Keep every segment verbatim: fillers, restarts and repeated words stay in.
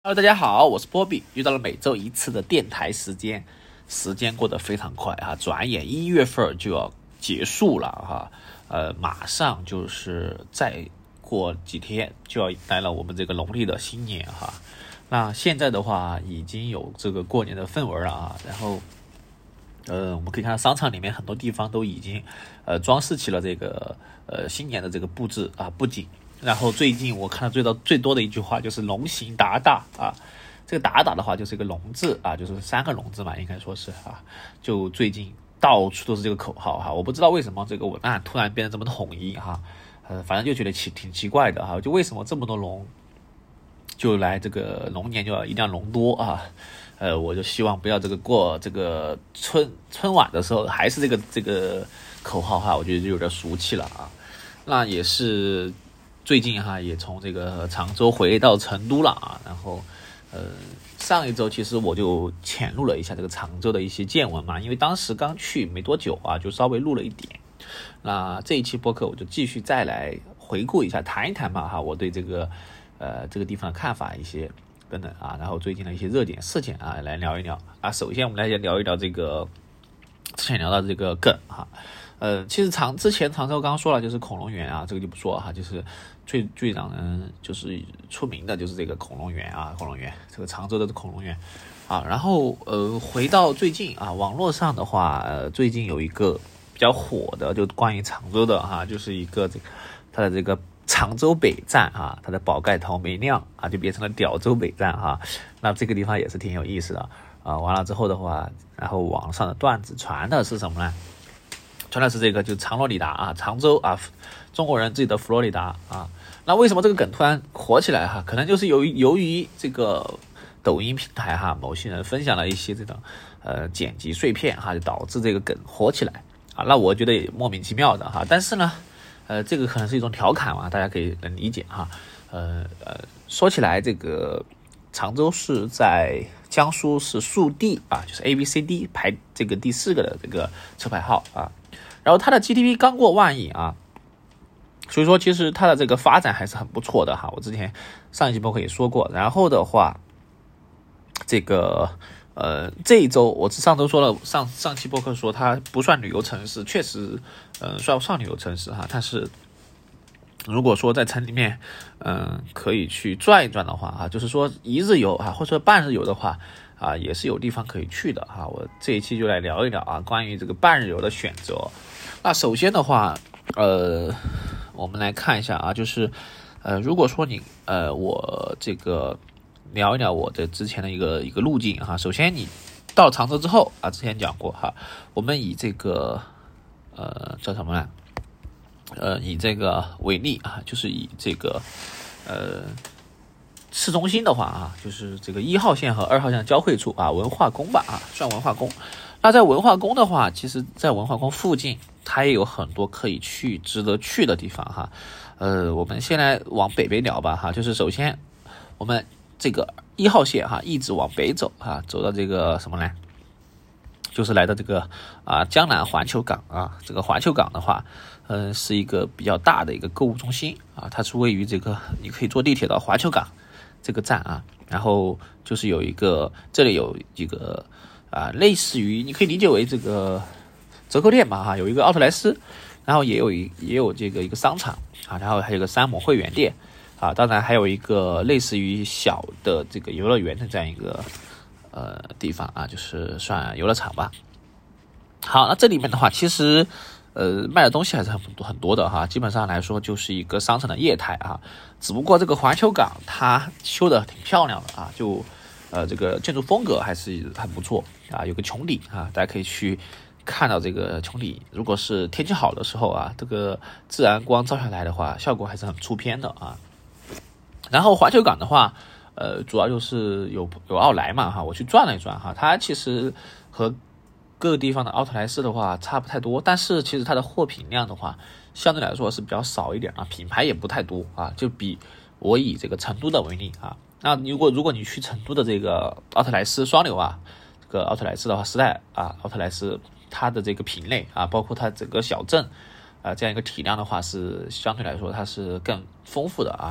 Hello，大家好，我是波比，又到了每周一次的电台时间，时间过得非常快哈，转眼一月份就要结束了哈，呃，马上就是再过几天就要迎来了我们这个农历的新年哈。那现在的话已经有这个过年的氛围了啊，然后，呃，我们可以看到商场里面很多地方都已经呃装饰起了这个呃新年的这个布置啊布景。然后最近我看到最到最多的一句话就是龙行达达啊，这个达达的话就是一个龙字啊，就是三个龙字嘛，应该说是啊，就最近到处都是这个口号哈，我不知道为什么这个文案突然变得这么统一哈，呃，反正就觉得奇挺奇怪的哈，就为什么这么多龙，就来这个龙年就要一定要龙多啊，呃，我就希望不要这个过这个春春晚的时候还是这个这个口号哈，我觉得就有点俗气了啊，那也是。最近哈也从这个常州回到成都了啊，然后呃上一周其实我就浅录了一下这个常州的一些见闻嘛，因为当时刚去没多久啊，就稍微录了一点。那这一期播客我就继续再来回顾一下，谈一谈嘛哈，我对这个呃这个地方的看法一些等等啊，然后最近的一些热点事件啊来聊一聊啊。首先我们来聊一聊这个之前聊到这个梗哈。呃，其实常之前常州刚刚说了，就是恐龙园啊，这个就不说了哈，就是最最让人就是出名的就是这个恐龙园啊，恐龙园，这个常州的恐龙园啊。然后呃，回到最近啊，网络上的话，呃，最近有一个比较火的，就关于常州的哈，就是一个这个它的这个常州北站啊，它的宝盖头没亮啊，就变成了屌州北站哈。那这个地方也是挺有意思的啊。完了之后的话，然后网上的段子传的是什么呢？传的是这个，就长罗里达啊，常州啊，中国人自己的佛罗里达啊。那为什么这个梗突然火起来哈？可能就是由于由于这个抖音平台哈，某些人分享了一些这种呃剪辑碎片哈，就导致这个梗火起来啊。那我觉得也莫名其妙的哈。但是呢，呃，这个可能是一种调侃嘛，大家可以能理解哈。呃呃，说起来，这个常州是在江苏是数 D 啊，就是 A B C D 排这个第四个的这个车牌号啊。然后它的 G D P 刚过万亿啊，所以说其实它的这个发展还是很不错的哈。我之前上一期播客也说过，然后的话，这个呃这一周我上周说了，上上期播客说它不算旅游城市，确实呃算不上旅游城市哈。但是如果说在城里面嗯、呃、可以去转一转的话啊，就是说一日游啊或者说半日游的话。啊，也是有地方可以去的哈。我这一期就来聊一聊啊，关于这个半日游的选择。那首先的话，呃，我们来看一下啊，就是呃，如果说你呃，我这个聊一聊我的之前的一个一个路径哈。首先你到了常州之后啊，之前讲过哈，我们以这个呃叫什么呢？呃，以这个为例啊，就是以这个呃。市中心的话啊，就是这个一号线和二号线交汇处啊，文化宫吧啊，算文化宫。那在文化宫的话，其实在文化宫附近，它也有很多可以去、值得去的地方哈。呃，我们先来往北边聊吧哈，就是首先我们这个一号线哈，一直往北走哈，走到这个什么呢？就是来到这个啊江南环球港啊，这个环球港的话，嗯、呃，是一个比较大的一个购物中心啊，它是位于这个你可以坐地铁到环球港。这个站啊，然后就是有一个，这里有一个啊，类似于你可以理解为这个折扣店吧哈，有一个奥特莱斯，然后也有一也有这个一个商场啊，然后还有个山姆会员店啊，当然还有一个类似于小的这个游乐园的这样一个呃地方啊，就是算游乐场吧。好，那这里面的话，其实。呃，卖的东西还是很多很多的哈，基本上来说就是一个商场的业态啊，只不过这个环球港它修的挺漂亮的啊，就呃这个建筑风格还是很不错啊，有个穹顶啊，大家可以去看到这个穹顶，如果是天气好的时候啊，这个自然光照下来的话，效果还是很出片的啊。然后环球港的话，呃，主要就是有有奥莱嘛哈，我去转了一转哈，它其实和各个地方的奥特莱斯的话差不太多，但是其实它的货品量的话相对来说是比较少一点啊，品牌也不太多啊，就比我以这个成都的为例啊，那如果如果你去成都的这个奥特莱斯双流啊，这个奥特莱斯的话，时代啊，奥特莱斯它的这个品类啊，包括它整个小镇啊这样一个体量的话，是相对来说它是更丰富的啊。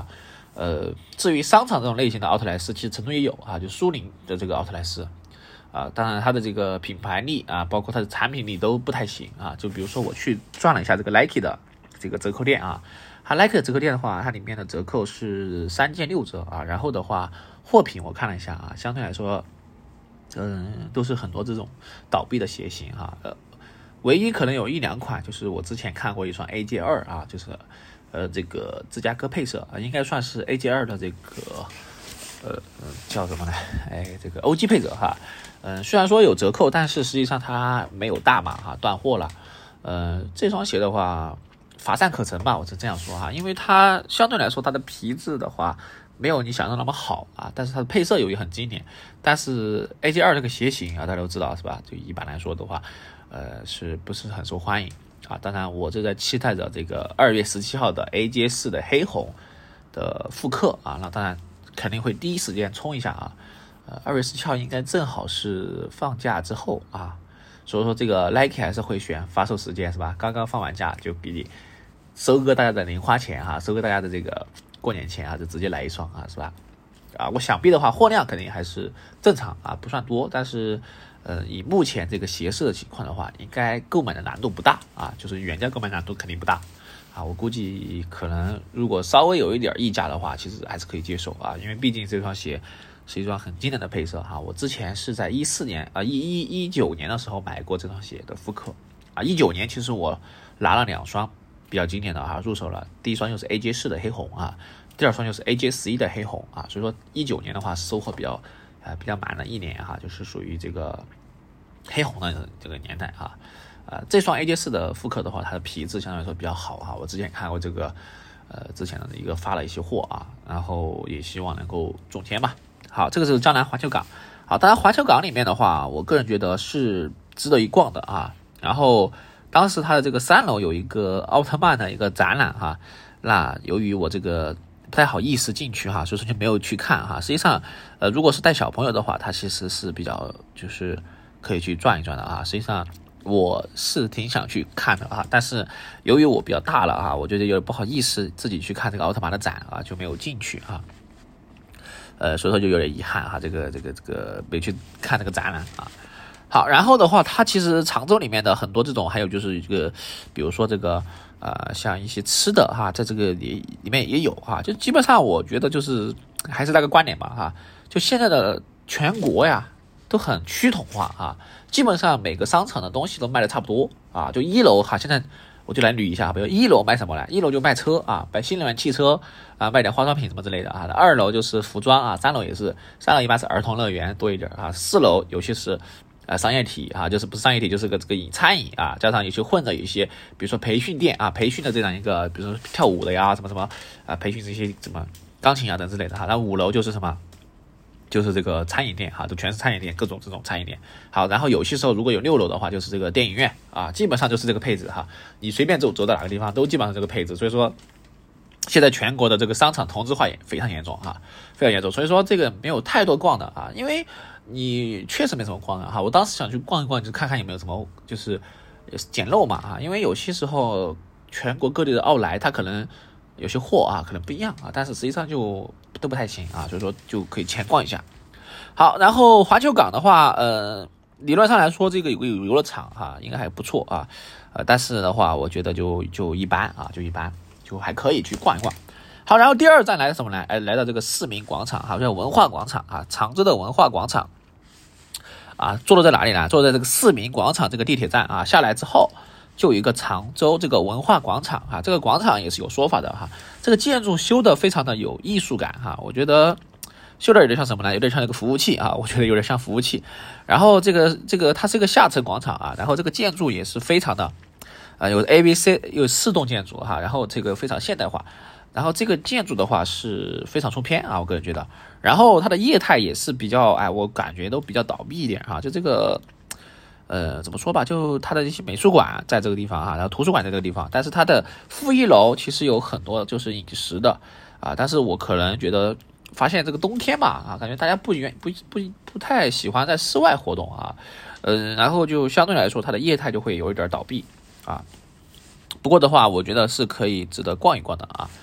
呃，至于商场这种类型的奥特莱斯，其实成都也有啊，就苏宁的这个奥特莱斯啊，当然它的这个品牌力啊，包括它的产品力都不太行啊。就比如说我去转了一下这个 Nike 的这个折扣店啊，它 Nike 的折扣店的话，它里面的折扣是三件六折啊，然后的话货品我看了一下啊，相对来说，嗯，都是很多这种倒闭的鞋型哈、啊，呃，唯一可能有一两款就是我之前看过一双 A J 二啊，就是呃这个芝加哥配色啊，应该算是 A J 二的这个呃叫什么呢？哎，这个 O G 配色哈，嗯、呃，虽然说有折扣，但是实际上它没有大码哈，断货了。呃，这双鞋的话，乏善可陈吧，我是这样说哈，因为它相对来说它的皮质的话没有你想象那么好啊，但是它的配色由于很经典，但是 A J 二 这个鞋型啊，大家都知道是吧？就一般来说的话，呃，是不是很受欢迎啊？当然，我正在期待着这个二月十七号的 A J 四的黑红的复刻啊，那当然肯定会第一时间冲一下啊。呃，二月十七号应该正好是放假之后啊。所以说这个 Nike 还是会选发售时间是吧？刚刚放完假就比你收割大家的零花钱哈、啊，收割大家的这个过年前啊，就直接来一双啊，是吧？啊，我想必的话货量肯定还是正常啊，不算多，但是呃，以目前这个鞋市的情况的话，应该购买的难度不大啊，就是原价购买难度肯定不大啊，我估计可能如果稍微有一点溢价的话，其实还是可以接受啊，因为毕竟这双鞋是一双很经典的配色哈、啊。我之前是在一四年啊一一一九年的时候买过这双鞋的复刻啊，一九年其实我拿了两双比较经典的啊入手了，第一双就是 A J 四的黑红啊，第二双就是 A J 十一的黑红啊，所以说一九年的话收获比较呃比较满的一年哈、啊，就是属于这个黑红的这个年代啊。呃，这双 A J 四的复刻的话，它的皮质相对来说比较好哈、啊。我之前看过这个，呃，之前的一个发了一些货啊，然后也希望能够中签吧。好，这个是江南环球港。好，当然环球港里面的话，我个人觉得是值得一逛的啊。然后当时它的这个三楼有一个奥特曼的一个展览哈、啊，那由于我这个不太好意思进去哈、啊，所以说就没有去看哈、啊。实际上，呃，如果是带小朋友的话，它其实是比较就是可以去转一转的啊。实际上我是挺想去看的啊，但是由于我比较大了啊，我觉得有点不好意思自己去看这个奥特曼的展啊，就没有进去啊。呃，所以说就有点遗憾哈、啊，这个这个这个没去看这个展览啊。好，然后的话，它其实常州里面的很多这种，还有就是这个，比如说这个呃，像一些吃的哈，在这个里里面也有哈，就基本上我觉得就是还是那个观点吧哈，就现在的全国呀都很趋同化啊。基本上每个商场的东西都卖的差不多啊，就一楼哈，现在我就来捋一下，比如一楼卖什么呢？一楼就卖车啊，卖新能源汽车啊，卖点化妆品什么之类的啊。二楼就是服装啊，三楼也是，三楼一般是儿童乐园多一点啊，四楼有些是呃商业体啊，就是不是商业体就是个这个餐饮啊，加上有些混着有一些，比如说培训店啊，培训的这样一个，比如说跳舞的呀，什么什么啊，培训这些什么钢琴啊等之类的哈。然后五楼就是什么？就是这个餐饮店哈，都全是餐饮店，各种这种餐饮店。好，然后有些时候如果有六楼的话，就是这个电影院啊，基本上就是这个配置哈。你随便走走到哪个地方，都基本上这个配置。所以说，现在全国的这个商场同质化也非常严重哈，非常严重。所以说这个没有太多逛的啊，因为你确实没什么逛的哈。我当时想去逛一逛，就看看有没有什么就是捡漏嘛啊，因为有些时候全国各地的奥莱它可能有些货啊可能不一样啊，但是实际上就都不太行啊，所以说就可以前逛一下。好，然后环球港的话，呃，理论上来说这个有个游乐场哈、啊，应该还不错啊，呃，但是的话，我觉得就就一般啊，就一般，就还可以去逛一逛。好，然后第二站来什么呢？哎，来到这个市民广场，好像文化广场啊，常州的文化广场啊，坐落在哪里呢？坐在这个市民广场这个地铁站啊，下来之后。就有一个常州这个文化广场哈，这个广场也是有说法的哈。这个建筑修的非常的有艺术感哈，我觉得修的有点像什么呢？有点像一个服务器啊，我觉得有点像服务器。然后这个这个它是一个下沉广场啊，然后这个建筑也是非常的啊、呃，有 A B C 有四栋建筑哈，然后这个非常现代化。然后这个建筑的话是非常出片啊，我个人觉得。然后它的业态也是比较哎，我感觉都比较倒闭一点哈，就这个。呃，怎么说吧，就它的一些美术馆在这个地方啊，然后图书馆在这个地方，但是它的负一楼其实有很多就是饮食的啊，但是我可能觉得发现这个冬天嘛啊，感觉大家不愿不不不太喜欢在室外活动啊，嗯、呃，然后就相对来说它的业态就会有一点倒闭啊。不过的话，我觉得是可以值得逛一逛的啊。好。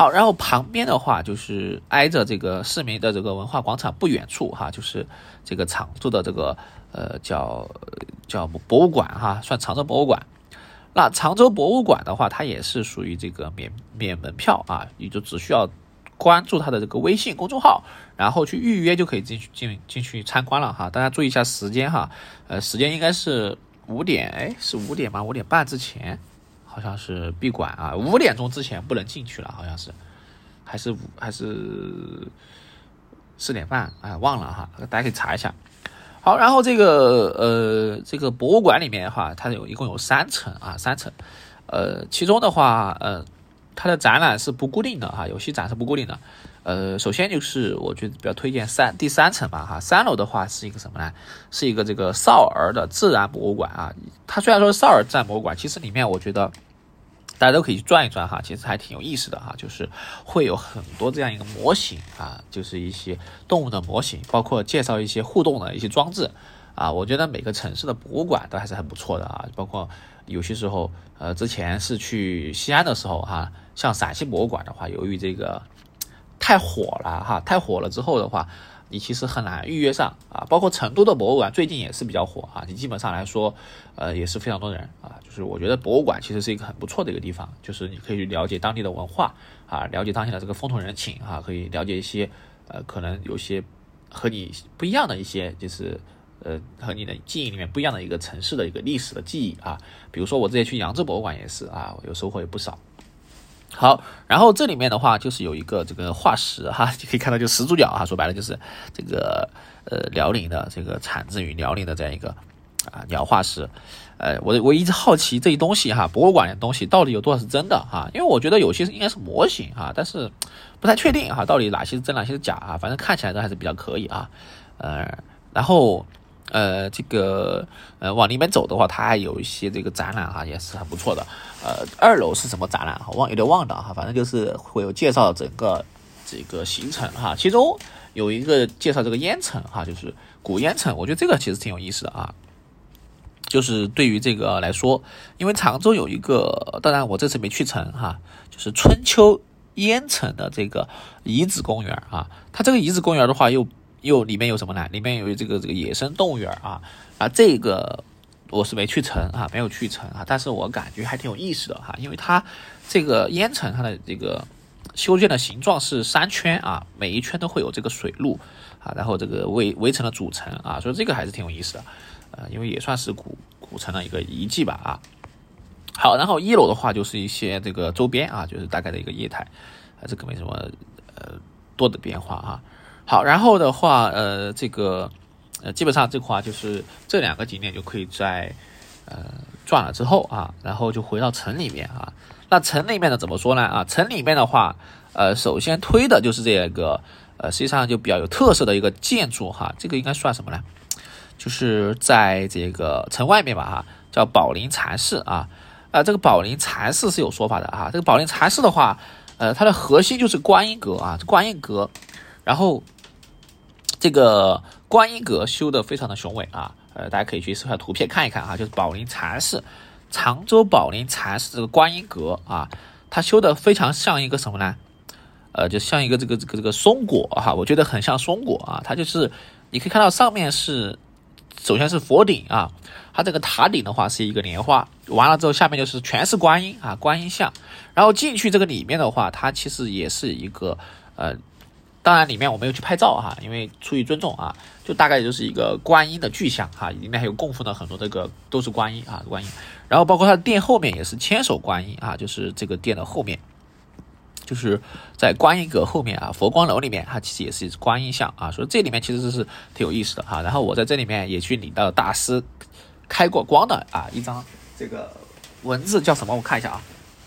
好，然后旁边的话就是挨着这个市民的这个文化广场不远处哈，就是这个常州的这个呃叫叫博物馆哈，算常州博物馆。那常州博物馆的话，它也是属于这个免免门票啊，也就只需要关注它的这个微信公众号，然后去预约就可以进去进进去参观了哈。大家注意一下时间哈，呃，时间应该是五点，哎，是五点吗？五点半之前。好像是闭馆啊，五点钟之前不能进去了，好像是，还是五还是四点半，哎，忘了哈，大家可以查一下。好，然后这个呃这个博物馆里面的话，它有一共有三层啊，三层，呃，其中的话，呃，它的展览是不固定的哈，有些展是不固定的。呃，首先就是我觉得比较推荐三第三层吧哈，三楼的话是一个什么呢？是一个这个少儿的自然博物馆啊。它虽然说是少儿自然博物馆，其实里面我觉得大家都可以去转一转哈，其实还挺有意思的哈，就是会有很多这样一个模型啊，就是一些动物的模型，包括介绍一些互动的一些装置啊。我觉得每个城市的博物馆都还是很不错的啊，包括有些时候呃之前是去西安的时候哈，像陕西博物馆的话，由于这个太火了哈，太火了之后的话，你其实很难预约上啊。包括成都的博物馆最近也是比较火啊，你基本上来说，呃，也是非常多人啊。就是我觉得博物馆其实是一个很不错的一个地方，就是你可以去了解当地的文化啊，了解当地的这个风土人情啊，可以了解一些呃，可能有些和你不一样的一些，就是呃，和你的记忆里面不一样的一个城市的一个历史的记忆啊。比如说我之前去扬州博物馆也是啊，有收获也不少。好，然后这里面的话就是有一个这个化石哈，你可以看到就始祖鸟哈，说白了就是这个呃辽宁的这个产自于辽宁的这样一个啊鸟化石。呃，我我一直好奇这一东西哈，博物馆的东西到底有多少是真的哈？因为我觉得有些应该是模型哈，但是不太确定哈，到底哪些是真哪些是假啊？反正看起来都还是比较可以啊。呃，然后。呃，这个呃往里面走的话，它还有一些这个展览哈，也是很不错的。呃，二楼是什么展览哈？忘有点忘了哈，反正就是会有介绍整个这个行程哈。其中有一个介绍这个烟囱哈，就是古烟囱，我觉得这个其实挺有意思的啊。就是对于这个来说，因为常州有一个，当然我这次没去成哈，就是春秋烟囱的这个遗址公园啊。它这个遗址公园的话又。又里面有什么呢？里面有这个这个野生动物园啊，啊，这个我是没去成啊，没有去成啊，但是我感觉还挺有意思的哈，因为它这个烟囱它的这个修建的形状是三圈啊，每一圈都会有这个水路啊，然后这个围围成了主城啊，所以这个还是挺有意思的，呃，因为也算是古古城的一个遗迹吧啊。好，然后一楼的话就是一些这个周边啊，就是大概的一个业态，啊，这个没什么呃多的变化哈。好，然后的话，呃，这个，呃，基本上这块就是这两个景点就可以在呃转了之后啊，然后就回到城里面啊。那城里面的怎么说呢？啊，城里面的话，呃，首先推的就是这个，呃，实际上就比较有特色的一个建筑哈，这个应该算什么呢？就是在这个城外面吧哈，叫宝林禅寺啊。啊，这个宝林禅寺是有说法的哈。这个宝林禅寺的话，呃，它的核心就是观音阁啊，这观音阁，然后。这个观音阁修的非常的雄伟啊，呃，大家可以去搜下图片看一看啊，就是宝林禅寺，常州宝林禅寺这个观音阁啊，它修的非常像一个什么呢？呃，就像一个这个这个这个松果哈、啊，我觉得很像松果啊，它就是你可以看到上面是，首先是佛顶啊，它这个塔顶的话是一个莲花，完了之后下面就是全是观音啊，观音像，然后进去这个里面的话，它其实也是一个呃。当然里面我没有去拍照哈，因为出于尊重啊，就大概也就是一个观音的巨像哈，里面还有供奉的很多这个都是观音啊，观音，然后包括它的殿后面也是千手观音啊，就是这个殿的后面，就是在观音阁后面啊，佛光楼里面它其实也是观音像啊，所以这里面其实是挺有意思的哈。然后我在这里面也去领到大师开过光的啊一张这个文字叫什么？我看一下啊。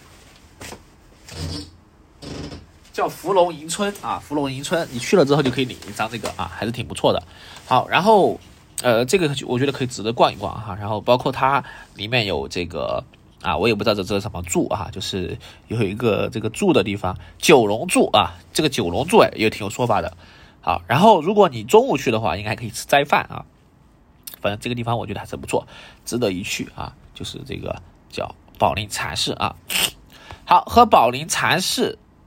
叫福龙迎春啊，福龙迎春，你去了之后就可以领一张这个啊，还是挺不错的。好，然后呃，这个我觉得可以值得逛一逛哈。然后包括它里面有这个啊，我也不知道这这是什么柱啊，就是有一个这个柱的地方，九龙柱啊，这个九龙柱哎也挺有说法的。好，然后如果你中午去的话，应该还可以吃斋饭啊。反正这个地方我觉得还是不错，值得一去啊。就是这个叫宝林禅寺啊。好，和宝林禅寺。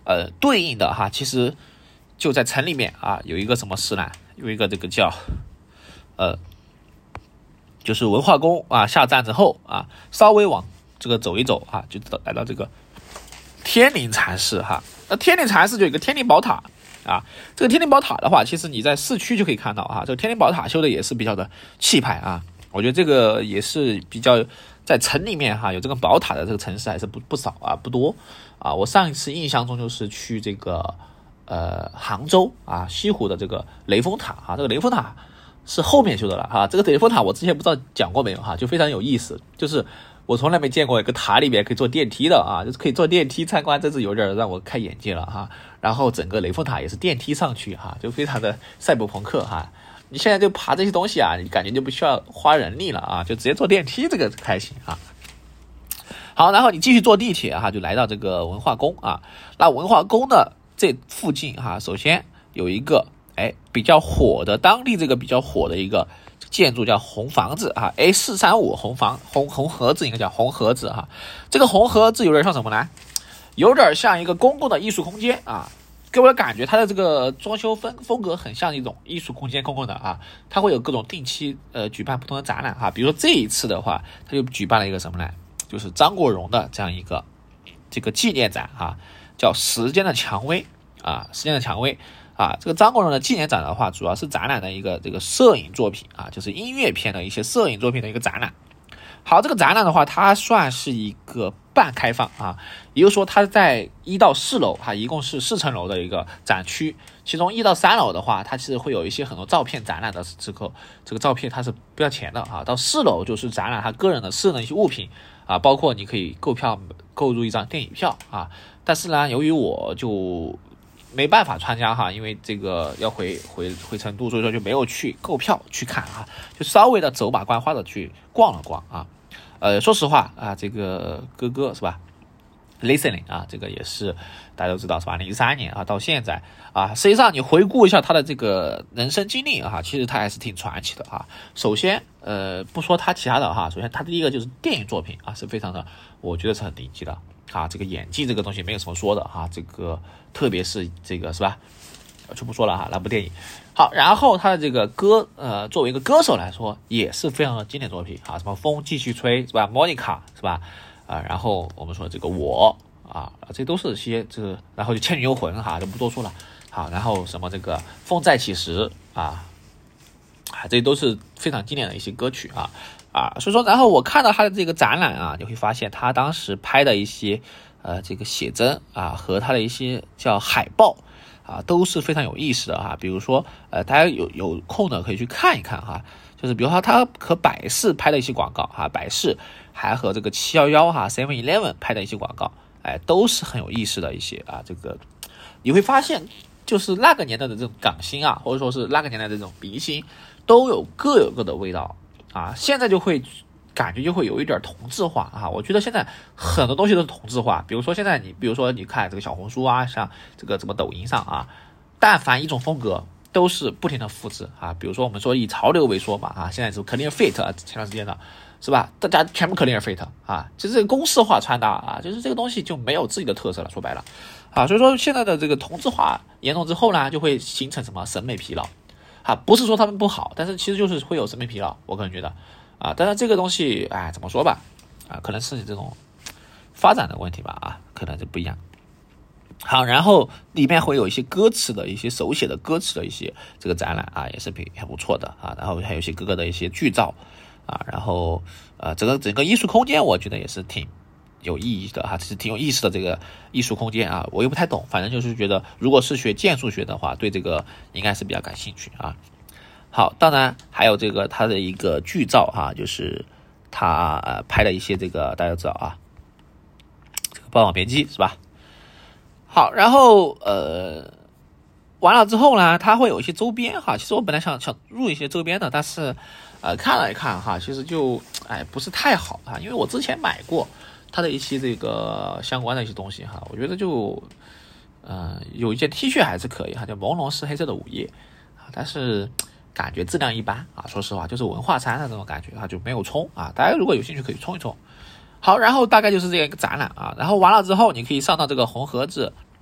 呃，对应的哈，其实就在城里面啊，有一个什么市呢？有一个这个叫呃，就是文化宫啊，下站之后啊，稍微往这个走一走啊，就来到这个天宁禅寺哈。那天宁禅寺就有一个天宁宝塔啊，这个天宁宝塔的话，其实你在市区就可以看到哈，这个天宁宝塔修的也是比较的气派啊。我觉得这个也是比较在城里面哈，有这个宝塔的这个城市还是不不少啊，不多啊。我上一次印象中就是去这个呃杭州啊西湖的这个雷峰塔啊，这个雷峰塔是后面修的了哈。这个雷峰塔我之前不知道讲过没有哈，就非常有意思，就是我从来没见过一个塔里面可以坐电梯的啊，就是可以坐电梯参观，真是有点让我开眼界了哈。然后整个雷峰塔也是电梯上去哈，就非常的赛博朋克哈。你现在就爬这些东西啊，你感觉就不需要花人力了啊，就直接坐电梯，这个开心啊。好，然后你继续坐地铁哈，就来到这个文化宫啊。那文化宫的这附近哈，首先有一个哎比较火的当地这个比较火的一个建筑叫红房子啊 ，A 四三五红房红红盒子应该叫红盒子哈。这个红盒子有点像什么呢？有点像一个公共的艺术空间啊。给我的感觉，它的这个装修风风格很像一种艺术空间公共的啊，它会有各种定期呃举办不同的展览哈。比如说这一次的话，它就举办了一个什么呢？就是张国荣的这样一个这个纪念展哈，叫《时间的蔷薇》啊，《时间的蔷薇》啊。这个张国荣的纪念展的话，主要是展览的一个这个摄影作品啊，就是音乐片的一些摄影作品的一个展览。好，这个展览的话，它算是一个半开放啊，也就是说它在一到四楼哈，一共是四层楼的一个展区，其中一到三楼的话，它其实会有一些很多照片展览的这个这个照片它是不要钱的啊，到四楼就是展览他个人的私人的一些物品啊，包括你可以购票购入一张电影票啊，但是呢，由于我就没办法参加哈，因为这个要回回回成都，所以说就没有去购票去看啊，就稍微的走马观花的去逛了逛啊。呃，说实话啊，这个哥哥是吧 ，Listening 啊，这个也是大家都知道是吧？零三年啊到现在啊，实际上你回顾一下他的这个人生经历啊，其实他还是挺传奇的啊。首先，呃，不说他其他的哈，首先他第一个就是电影作品啊，是非常的，我觉得是很顶级的啊。这个演技这个东西没有什么说的哈，这个特别是这个是吧？就不说了哈，那部电影好，然后他的这个歌，呃，作为一个歌手来说，也是非常的经典作品啊，什么风继续吹是吧 ，Monica 是吧，啊、呃，然后我们说这个我啊，这都是些这个，然后就倩女幽魂哈，就不多说了，好，然后什么这个风再起时啊，啊，这都是非常经典的一些歌曲啊啊，所以说，然后我看到他的这个展览啊，你会发现他当时拍的一些呃这个写真啊和他的一些叫海报。啊，都是非常有意思的哈。比如说，呃，大家有有空的可以去看一看哈。就是比如说，他和百事拍的一些广告哈，百事还和这个七一一哈 seven eleven 拍的一些广告，哎，都是很有意思的一些啊。这个你会发现，就是那个年代的这种港星啊，或者说是那个年代的这种明星，都有各有各的味道啊。现在就会。感觉就会有一点同质化啊！我觉得现在很多东西都是同质化，比如说现在你，比如说你看这个小红书啊，像这个什么抖音上啊，但凡一种风格都是不停的复制啊。比如说我们说以潮流为说嘛啊，现在是 clean fit 啊，前段时间的是吧？大家全部 clean fit 啊，就是这个公式化穿搭啊，就是这个东西就没有自己的特色了。说白了啊，所以说现在的这个同质化严重之后呢，就会形成什么审美疲劳啊？不是说他们不好，但是其实就是会有审美疲劳，我个人觉得。啊，当然这个东西，哎，怎么说吧，啊，可能是你这种发展的问题吧，啊，可能就不一样。好，然后里面会有一些歌词的一些手写的歌词的一些这个展览啊，也是挺很不错的啊。然后还有一些各个的一些剧照啊，然后呃，整个整个艺术空间，我觉得也是挺有意义的哈，这是挺有意思的这个艺术空间啊。我又不太懂，反正就是觉得，如果是学建筑学的话，对这个应该是比较感兴趣啊。好，当然还有这个他的一个剧照哈，就是他呃拍了一些这个大家知道啊，这个《霸王别姬》是吧？好，然后呃完了之后呢，他会有一些周边哈。其实我本来想想入一些周边的，但是呃看了一看哈，其实就哎不是太好啊，因为我之前买过他的一些这个相关的一些东西哈，我觉得就呃有一件 T 恤还是可以哈，叫朦胧是黑色的午夜啊，但是。感觉质量一般啊，说实话就是文化餐的这种感觉，它就没有冲啊。大家如果有兴趣可以冲一冲。好，然后大概就是这样一个展览啊。然后完了之后，你可以上到这个红盒子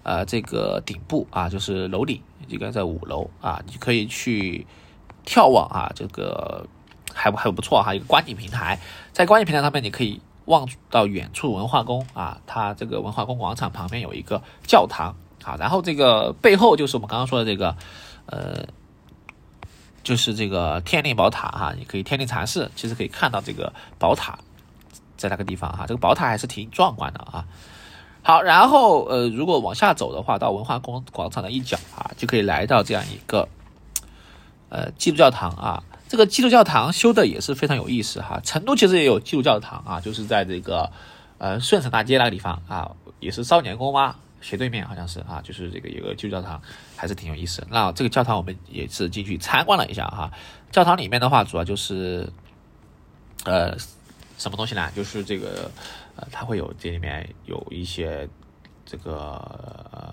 呃这个顶部啊，就是楼顶，应该在五楼啊，你可以去眺望啊，这个还还不错哈，一个观景平台，在观景平台上面你可以望到远处文化宫啊，它这个文化宫广场旁边有一个教堂啊，然后这个背后就是我们刚刚说的这个呃。就是这个天令宝塔哈，你可以天令禅寺，其实可以看到这个宝塔在那个地方哈，这个宝塔还是挺壮观的啊。好，然后呃，如果往下走的话，到文化宫广场的一角啊，就可以来到这样一个呃基督教堂啊。这个基督教堂修的也是非常有意思哈。成都其实也有基督教堂啊，就是在这个呃顺城大街那个地方啊，也是少年宫嘛。斜对面好像是啊，就是这个有个基督教堂，还是挺有意思的。那这个教堂我们也是进去参观了一下哈。教堂里面的话，主要就是呃什么东西呢？就是这个呃，它会有这里面有一些这个呃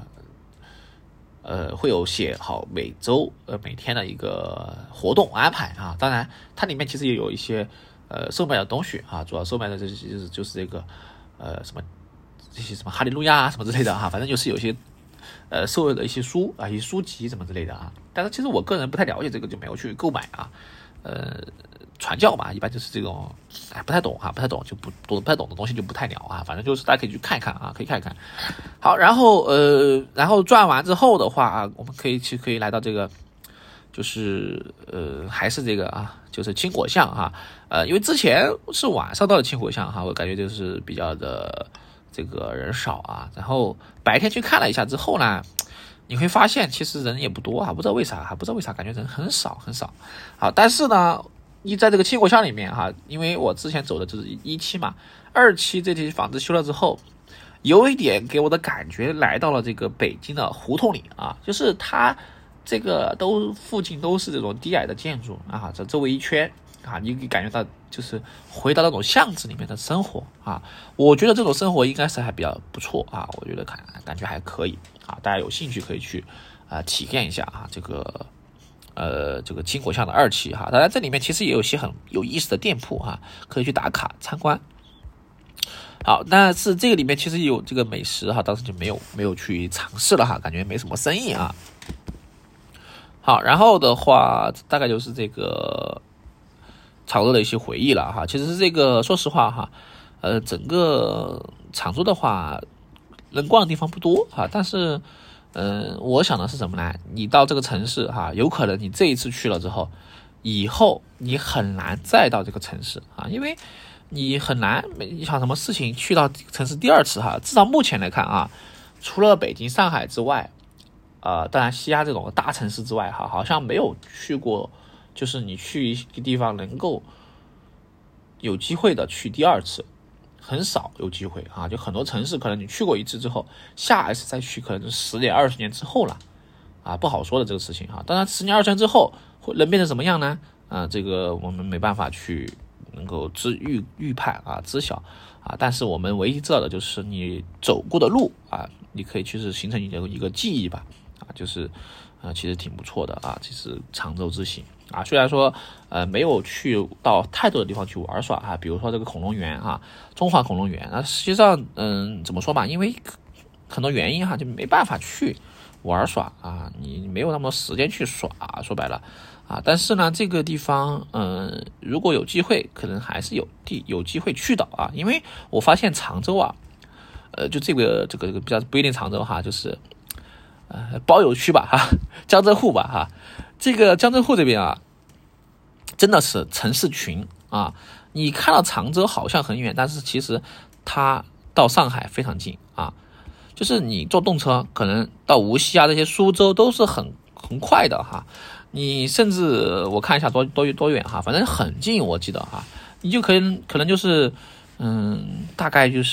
呃会有写好每周呃每天的一个活动安排啊。当然，它里面其实也有一些呃售卖的东西啊，主要售卖的这就是就是这个呃什么。这些什么哈利路亚啊什么之类的哈，反正就是有些呃售的一些书啊、一些书籍什么之类的啊。但是其实我个人不太了解这个，就没有去购买啊。呃，传教嘛，一般就是这种哎不太懂哈，不太懂就不不太懂的东西就不太聊啊。反正就是大家可以去看一看啊，可以看一看。好，然后呃，然后转完之后的话啊，我们可以去可以来到这个。就是呃还是这个啊，就是青果巷哈，呃，因为之前是晚上到的青果巷哈，我感觉就是比较的这个人少啊，然后白天去看了一下之后呢，你会发现其实人也不多啊，不知道为啥，还不知道为啥感觉人很少很少。好，但是呢，你在这个青果巷里面哈，因为我之前走的就是一期嘛，二期这些房子修了之后，有一点给我的感觉来到了这个北京的胡同里啊，就是它。这个都附近都是这种低矮的建筑啊，这周围一圈啊，你感觉到就是回到那种巷子里面的生活啊。我觉得这种生活应该是还比较不错啊，我觉得感感觉还可以啊，大家有兴趣可以去啊体验一下啊这个呃这个青果巷的二期哈。当然这里面其实也有些很有意思的店铺哈，可以去打卡参观。好，但是这个里面其实有这个美食哈，当时就没有没有去尝试了哈，感觉没什么生意啊。好，然后的话，大概就是这个常州的一些回忆了哈。其实这个说实话哈，呃，整个常州的话，能逛的地方不多哈。但是，嗯、呃，我想的是什么呢？你到这个城市哈，有可能你这一次去了之后，以后你很难再到这个城市啊，因为你很难，你想什么事情去到城市第二次哈。至少目前来看啊，除了北京、上海之外。呃，当然西安这种大城市之外哈，好像没有去过，就是你去一个地方能够有机会的去第二次，很少有机会啊。就很多城市可能你去过一次之后，下一次再去可能是十年、二十年之后了啊，不好说的这个事情哈。当然，十年、二十年之后会能变成什么样呢？啊，这个我们没办法去能够知预预判啊，知晓啊。但是我们唯一知道的就是你走过的路啊，你可以去是形成你的一个记忆吧。啊，就是呃，其实挺不错的啊。其实常州之行啊，虽然说呃没有去到太多的地方去玩耍啊，比如说这个恐龙园啊，中华恐龙园啊，实际上嗯怎么说吧，因为很多原因哈，就没办法去玩耍啊，你没有那么多时间去耍，说白了啊。但是呢，这个地方嗯，如果有机会，可能还是有地有机会去的啊，因为我发现常州啊，呃，就这个这个这个比较不一定常州哈，就是。呃，包邮区吧哈，江浙沪吧哈，这个江浙沪这边啊，真的是城市群啊。你看到常州好像很远，但是其实它到上海非常近啊。就是你坐动车可能到无锡啊这些苏州都是很很快的哈。你甚至我看一下多多多远哈，反正很近，我记得哈，你就可能可能就是嗯，大概就是。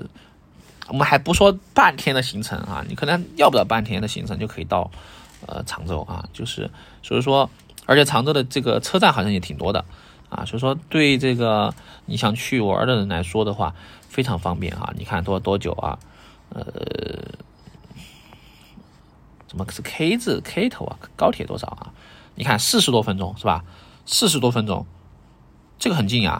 我们还不说半天的行程啊，你可能要不了半天的行程就可以到呃常州啊，就是所以说，而且常州的这个车站好像也挺多的啊，所以说对这个你想去玩的人来说的话，非常方便啊。你看多多久啊？呃，怎么是 K 字 K 头啊？高铁多少啊？你看四十多分钟是吧？四十多分钟，这个很近呀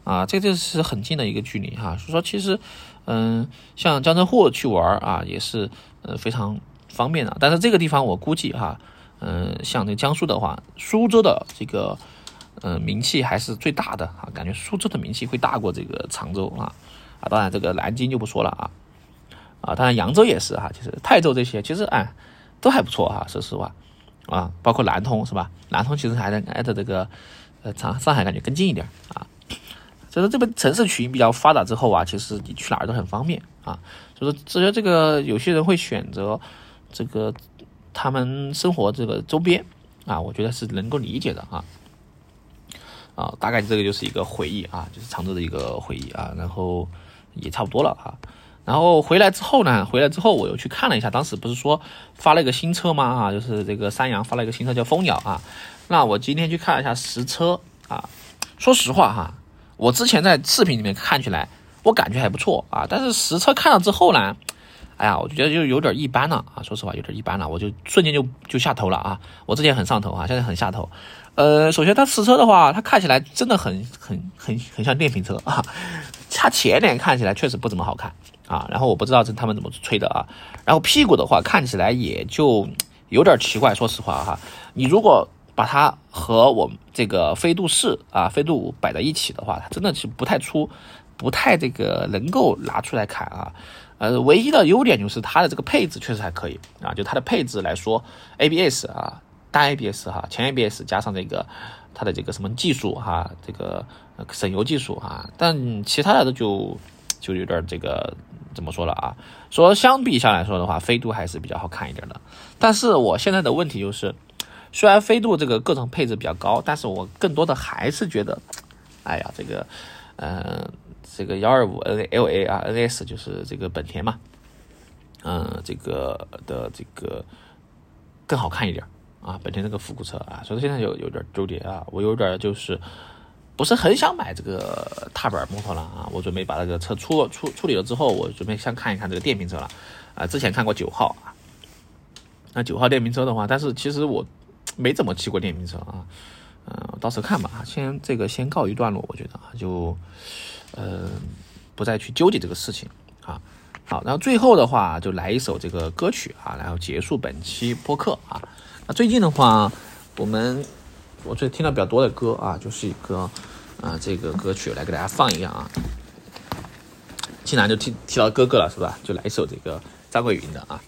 啊，这就是很近的一个距离哈。所以说其实，嗯，像江浙沪去玩啊，也是呃非常方便的。但是这个地方我估计哈，嗯，像这个江苏的话，苏州的这个呃名气还是最大的啊，感觉苏州的名气会大过这个常州啊啊，当然这个南京就不说了啊啊，当然扬州也是哈，其实泰州这些其实哎都还不错哈，说实话啊，包括南通是吧？南通其实还能挨着这个呃上上海感觉更近一点啊。所以说这边城市群比较发达之后啊，其实你去哪儿都很方便啊。所以说只有这个有些人会选择这个他们生活这个周边啊，我觉得是能够理解的啊。啊，大概这个就是一个回忆啊，就是常州的一个回忆啊，然后也差不多了啊。然后回来之后呢，回来之后我又去看了一下，当时不是说发了一个新车吗？啊，就是这个三阳发了一个新车叫蜂鸟啊。那我今天去看了一下实车啊，说实话哈。我之前在视频里面看起来，我感觉还不错啊，但是实车看了之后呢，哎呀，我觉得就有点一般了啊，说实话有点一般了，我就瞬间就就下头了啊。我之前很上头啊，现在很下头。呃，首先它实车的话，它看起来真的很很很很像电瓶车啊，它前脸看起来确实不怎么好看啊，然后我不知道是他们怎么吹的啊，然后屁股的话看起来也就有点奇怪，说实话哈，你如果把它和我们这个飞度四啊、飞度五摆在一起的话，它真的是不太出，不太这个能够拿出来看啊。呃，唯一的优点就是它的这个配置确实还可以啊，就它的配置来说 ，A B S 啊，单 A B S 哈，前 A B S 加上这个它的这个什么技术哈，这个省油技术哈，但其他的就就有点这个怎么说了啊？说相比下来说的话，飞度还是比较好看一点的。但是我现在的问题就是。虽然飞度这个各种配置比较高，但是我更多的还是觉得，哎呀，这个，呃，这个一二五 L A 啊 N S 就是这个本田嘛，嗯、呃，这个的这个更好看一点啊，本田这个复古车啊，所以现在有有点纠结啊，我有点就是不是很想买这个踏板摩托了啊，我准备把这个车处处处理了之后，我准备先看一看这个电瓶车了啊，之前看过九号啊，那九号电瓶车的话，但是其实我。没怎么骑过电瓶车啊，嗯、呃，到时候看吧，先这个先告一段落，我觉得啊，就呃不再去纠结这个事情啊。好，然后最后的话就来一首这个歌曲啊，然后结束本期播客啊。那最近的话，我们我最听到比较多的歌啊，就是一个啊、呃、这个歌曲来给大家放一个啊。既然就提提到哥哥了是吧？就来一首这个张桂云的啊。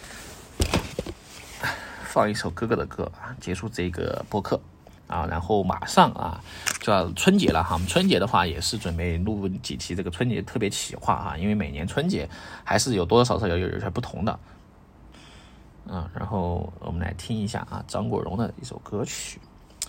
放一首哥哥的歌啊，结束这个播客啊，然后马上啊就要春节了哈。我们春节的话也是准备录几期这个春节特别企划哈，因为每年春节还是有多多少少有有些不同的。嗯，然后我们来听一下啊，张国荣的一首歌曲。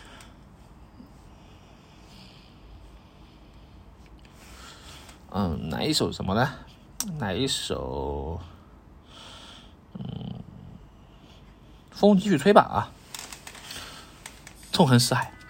嗯，哪一首什么呢？哪一首？嗯。风继续吹吧啊！纵横四海。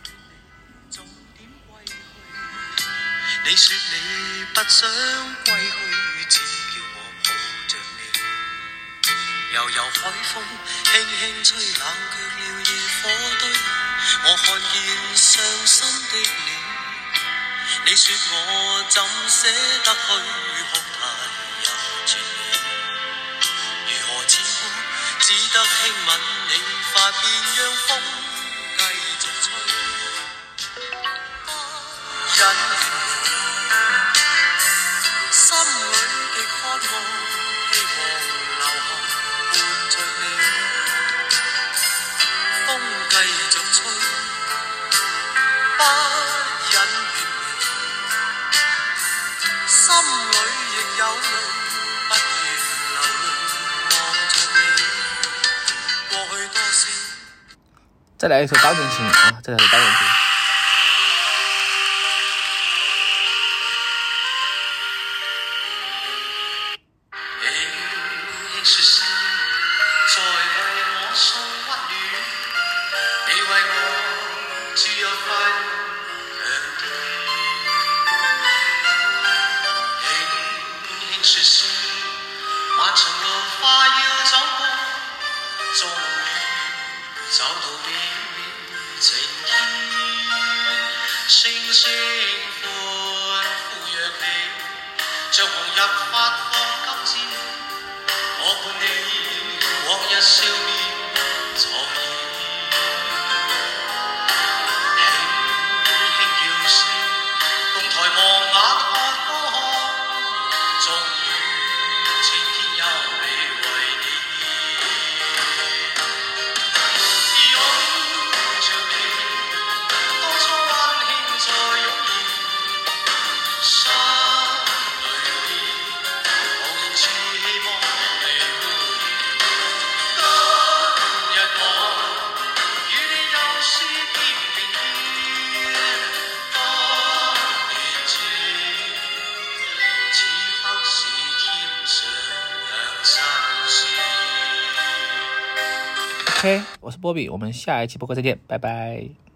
你說你不想歸去，只叫我抱着你。悠悠海風輕輕吹，冷卻了野火堆。我看見傷心的你，你說我怎捨得去哭態也絕美。如何止哭？只得輕吻你髮邊，讓風繼續吹。不忍心裏極渴望，希望留下伴着你。風繼續吹，不忍遠離，心裏亦有淚，不願流淚望着你。 再来一首《当人情》啊，再来一首《当人情》。 情牽，星星火。 OK， 我是波比，我们下一期播客再见，拜拜。